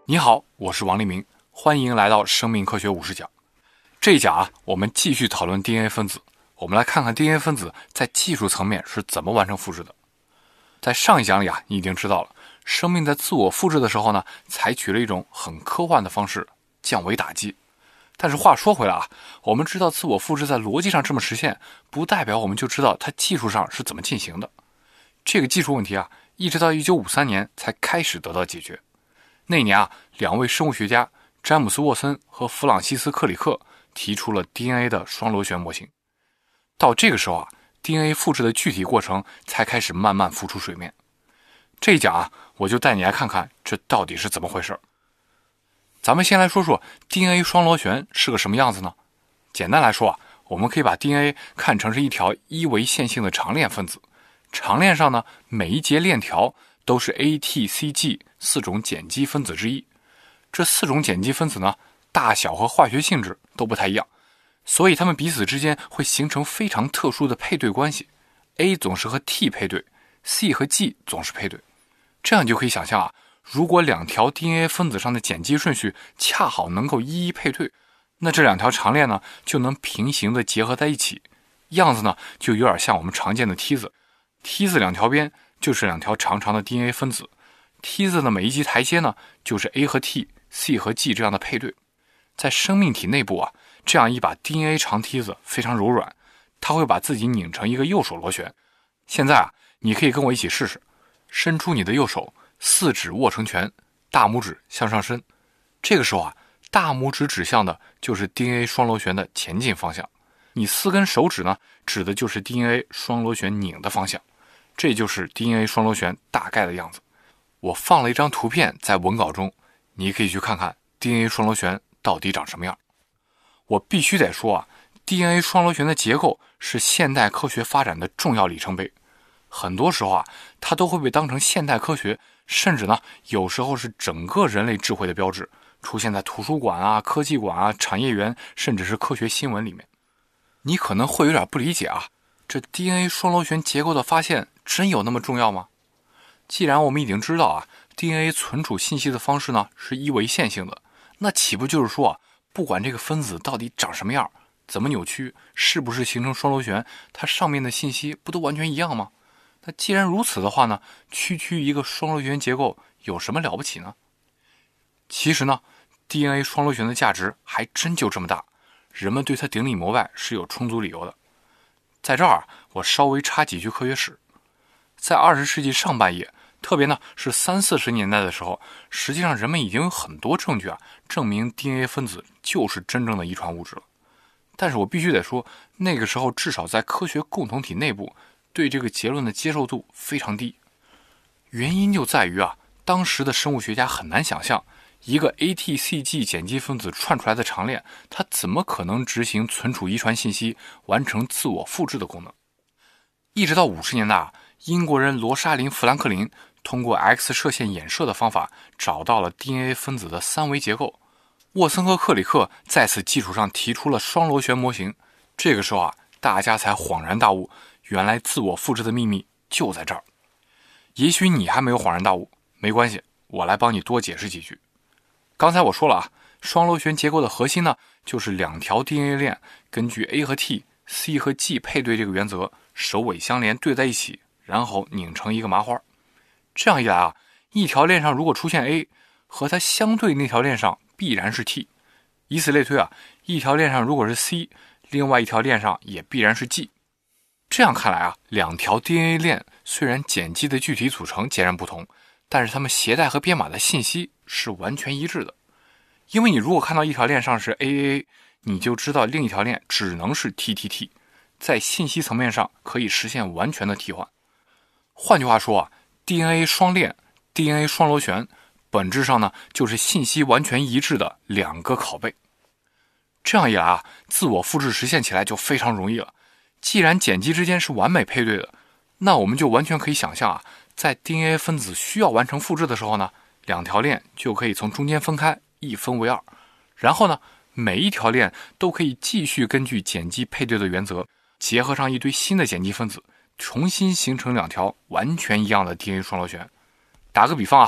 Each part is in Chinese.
你好，我是王立明，欢迎来到生命科学50讲。这一讲我们继续讨论 DNA 分子。我们来看看 DNA 分子在技术层面是怎么完成复制的。在上一讲里你已经知道了，生命在自我复制的时候呢，采取了一种很科幻的方式，降维打击。但是话说回来我们知道自我复制在逻辑上这么实现，不代表我们就知道它技术上是怎么进行的。这个技术问题一直到1953年才开始得到解决。那年两位生物学家詹姆斯·沃森和弗朗西斯·克里克提出了 DNA 的双螺旋模型。到这个时候DNA 复制的具体过程才开始慢慢浮出水面。这一讲我就带你来看看这到底是怎么回事。咱们先来说说 DNA 双螺旋是个什么样子呢？简单来说我们可以把 DNA 看成是一条一维线性的长链分子。长链上呢，每一节链条都是 A、T、C、G 4种碱基分子之一。这4种碱基分子呢，大小和化学性质都不太一样，所以它们彼此之间会形成非常特殊的配对关系。A 总是和 T 配对， C 和 G 总是配对。这样就可以想象如果两条 DNA 分子上的碱基顺序恰好能够一一配对，那这两条长链呢就能平行的结合在一起，样子呢就有点像我们常见的梯子。梯子两条边就是两条长长的 DNA 分子，梯子的每一级台阶呢就是 A 和 T、C 和 G 这样的配对。在生命体内部这样一把 DNA 长梯子非常柔软，它会把自己拧成一个右手螺旋。现在你可以跟我一起试试，伸出你的右手，4指握成拳，大拇指向上伸。这个时候大拇指指向的就是 DNA 双螺旋的前进方向，你4根手指呢指的就是 DNA 双螺旋拧的方向。这就是 DNA 双螺旋大概的样子。我放了一张图片在文稿中，你可以去看看 DNA 双螺旋到底长什么样。我必须得说DNA 双螺旋的结构是现代科学发展的重要里程碑。很多时候它都会被当成现代科学，甚至呢有时候是整个人类智慧的标志，出现在图书馆科技馆产业园，甚至是科学新闻里面。你可能会有点不理解这 DNA 双螺旋结构的发现真有那么重要吗？既然我们已经知道DNA 存储信息的方式呢是一维线性的，那岂不就是说不管这个分子到底长什么样，怎么扭曲，是不是形成双螺旋，它上面的信息不都完全一样吗？那既然如此的话呢，区一个双螺旋结构有什么了不起呢？其实呢 DNA 双螺旋的价值还真就这么大，人们对它顶礼膜拜是有充足理由的。在这儿我稍微插几句科学史。在20世纪上半叶，特别呢是30、40年代的时候，实际上人们已经有很多证据证明 DNA 分子就是真正的遗传物质了。但是我必须得说，那个时候至少在科学共同体内部，对这个结论的接受度非常低。原因就在于当时的生物学家很难想象一个 ATCG 碱基分子串出来的长链，它怎么可能执行存储遗传信息，完成自我复制的功能。一直到50年代英国人罗莎琳·富兰克林通过 X 射线衍射的方法找到了 DNA 分子的3维结构。沃森和克里克在此基础上提出了双螺旋模型。这个时候大家才恍然大悟，原来自我复制的秘密就在这儿。也许你还没有恍然大悟，没关系，我来帮你多解释几句。刚才我说了双螺旋结构的核心呢，就是两条 DNA 链根据 A 和 T、C 和 G 配对这个原则，首尾相连对在一起，然后拧成一个麻花。这样一来一条链上如果出现 A， 和它相对那条链上必然是 T， 以此类推一条链上如果是 C， 另外一条链上也必然是 G。 这样看来两条 DNA 链虽然碱基的具体组成截然不同，但是它们携带和编码的信息是完全一致的。因为你如果看到一条链上是 AAA， 你就知道另一条链只能是 TTT， 在信息层面上可以实现完全的替换。换句话说DNA 双链、DNA 双螺旋本质上呢就是信息完全一致的两个拷贝。这样一来自我复制实现起来就非常容易了。既然碱基之间是完美配对的，那我们就完全可以想象在 DNA 分子需要完成复制的时候呢，两条链就可以从中间分开，一分为二，然后呢每一条链都可以继续根据碱基配对的原则，结合上一堆新的碱基分子，重新形成两条完全一样的 DNA 双螺旋。打个比方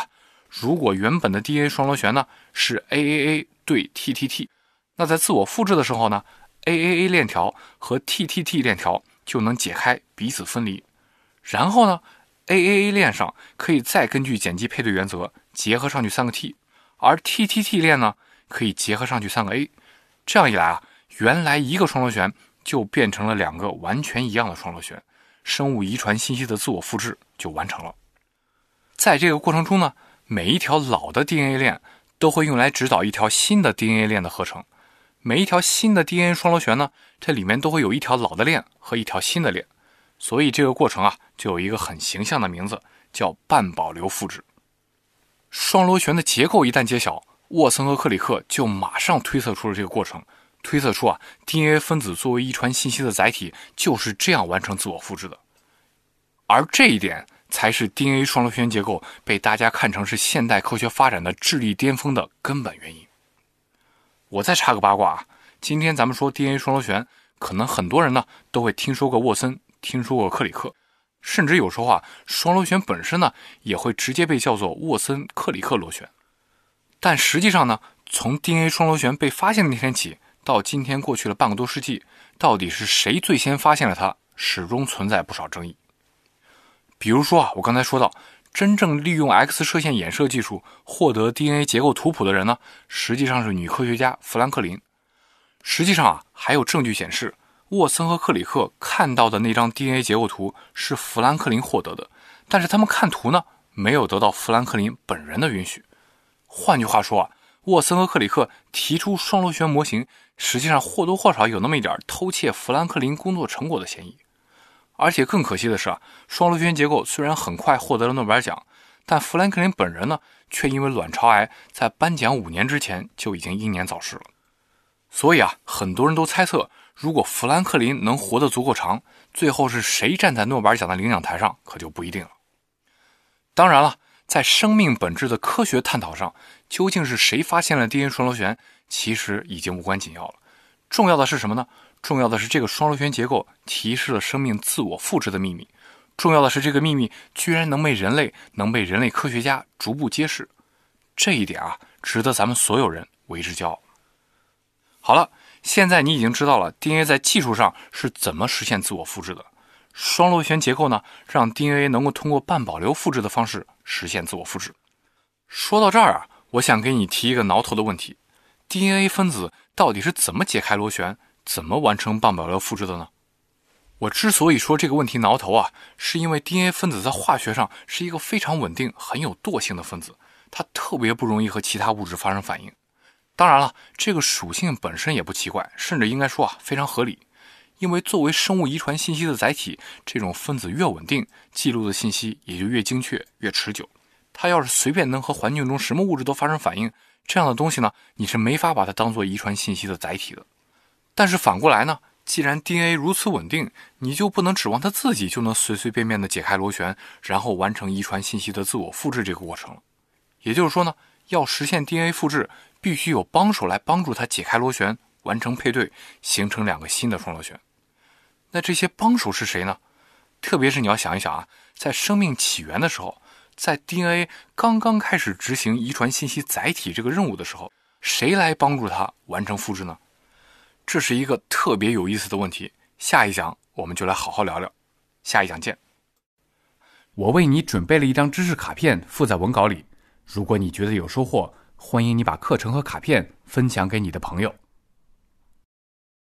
如果原本的 DNA 双螺旋呢是 AAA 对 TTT， 那在自我复制的时候呢 AAA 链条和 TTT 链条就能解开，彼此分离。然后呢 AAA 链上可以再根据碱基配对原则结合上去3个 T， 而 TTT 链呢可以结合上去3个 A。 这样一来啊，原来一个双螺旋就变成了2个完全一样的双螺旋，生物遗传信息的自我复制就完成了。在这个过程中呢，每一条老的 DNA 链都会用来指导一条新的 DNA 链的合成。每一条新的 DNA 双螺旋呢，这里面都会有一条老的链和一条新的链，所以这个过程啊，就有一个很形象的名字，叫半保留复制。双螺旋的结构一旦揭晓，沃森和克里克就马上推测出了这个过程，推测出DNA 分子作为遗传信息的载体就是这样完成自我复制的。而这一点才是 DNA 双螺旋结构被大家看成是现代科学发展的智力巅峰的根本原因。我再插个八卦今天咱们说 DNA 双螺旋，可能很多人呢都会听说过沃森，听说过克里克，甚至有时候双螺旋本身呢也会直接被叫做沃森克里克螺旋。但实际上呢，从 DNA 双螺旋被发现的那天起，到今天过去了半个多世纪，到底是谁最先发现了它，始终存在不少争议。比如说我刚才说到，真正利用 X 射线衍射技术获得 DNA 结构图谱的人呢，实际上是女科学家富兰克林。实际上还有证据显示，沃森和克里克看到的那张 DNA 结构图是富兰克林获得的，但是他们看图呢，没有得到富兰克林本人的允许。换句话说沃森和克里克提出双螺旋模型，实际上或多或少有那么一点偷窃富兰克林工作成果的嫌疑。而且更可惜的是双螺旋结构虽然很快获得了诺贝尔奖，但富兰克林本人呢，却因为卵巢癌在颁奖5年之前就已经英年早逝了。所以很多人都猜测，如果富兰克林能活得足够长，最后是谁站在诺贝尔奖的领奖台上，可就不一定了。当然了，在生命本质的科学探讨上，究竟是谁发现了 DNA 双螺旋，其实已经无关紧要了。重要的是什么呢？重要的是这个双螺旋结构提示了生命自我复制的秘密。重要的是这个秘密居然能被人类科学家逐步揭示。这一点值得咱们所有人为之骄傲。好了，现在你已经知道了 DNA 在技术上是怎么实现自我复制的。双螺旋结构呢，让 DNA 能够通过半保留复制的方式实现自我复制。说到这儿我想给你提一个挠头的问题， DNA 分子到底是怎么解开螺旋，怎么完成半保留复制的呢？我之所以说这个问题挠头是因为 DNA 分子在化学上是一个非常稳定、很有惰性的分子，它特别不容易和其他物质发生反应。当然了，这个属性本身也不奇怪，甚至应该说非常合理。因为作为生物遗传信息的载体，这种分子越稳定，记录的信息也就越精确、越持久。它要是随便能和环境中什么物质都发生反应，这样的东西呢，你是没法把它当做遗传信息的载体的。但是反过来呢，既然 DNA 如此稳定，你就不能指望它自己就能随随便便的解开螺旋，然后完成遗传信息的自我复制这个过程了。也就是说呢，要实现 DNA 复制，必须有帮手来帮助它解开螺旋，完成配对，形成2个新的双螺旋。那这些帮手是谁呢？特别是你要想一想在生命起源的时候，在 DNA 刚刚开始执行遗传信息载体这个任务的时候，谁来帮助它完成复制呢？这是一个特别有意思的问题，下一讲我们就来好好聊聊。下一讲见。我为你准备了一张知识卡片附在文稿里，如果你觉得有收获，欢迎你把课程和卡片分享给你的朋友。